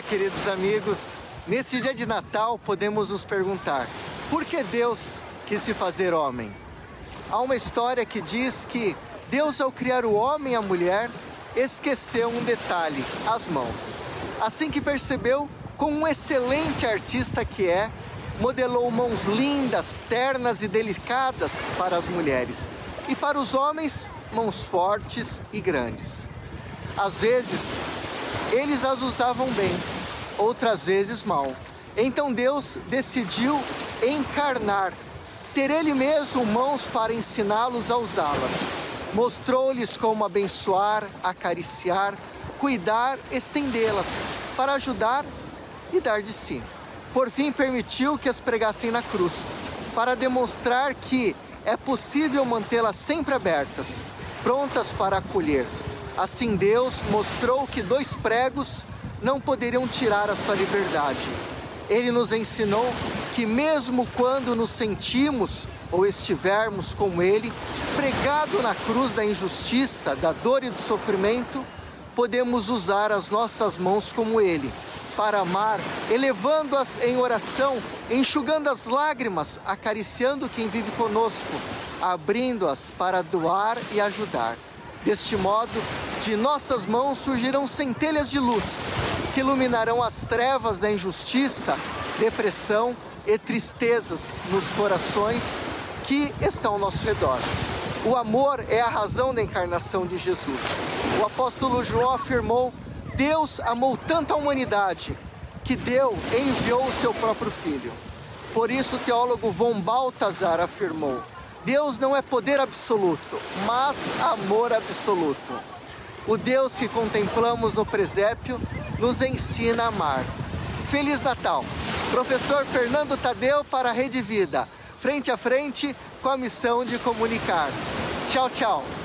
queridos amigos. Nesse dia de Natal, podemos nos perguntar: por que Deus quis se fazer homem? Há uma história que diz que Deus, ao criar o homem e a mulher, esqueceu um detalhe: as mãos. Assim que percebeu, como um excelente artista que é, modelou mãos lindas, ternas e delicadas para as mulheres. E para os homens, mãos fortes e grandes. Às vezes, eles as usavam bem, outras vezes mal. Então Deus decidiu encarnar, ter Ele mesmo mãos para ensiná-los a usá-las. Mostrou-lhes como abençoar, acariciar, cuidar, estendê-las, para ajudar e dar de si. Por fim, permitiu que as pregassem na cruz, para demonstrar que é possível mantê-las sempre abertas, prontas para acolher. Assim Deus mostrou que 2 pregos não poderiam tirar a sua liberdade. Ele nos ensinou que mesmo quando nos sentimos ou estivermos com Ele, pregado na cruz da injustiça, da dor e do sofrimento, podemos usar as nossas mãos como Ele, para amar, elevando-as em oração, enxugando as lágrimas, acariciando quem vive conosco, abrindo-as para doar e ajudar. Deste modo, de nossas mãos surgirão centelhas de luz, que iluminarão as trevas da injustiça, depressão e tristezas nos corações que estão ao nosso redor. O amor é a razão da encarnação de Jesus. O apóstolo João afirmou: Deus amou tanto a humanidade que enviou o seu próprio Filho. Por isso o teólogo von Balthasar afirmou: Deus não é poder absoluto, mas amor absoluto. O Deus que contemplamos no presépio nos ensina a amar. Feliz Natal! Professor Fernando Tadeu para a Rede Vida, frente a frente com a missão de comunicar. Tchau, tchau!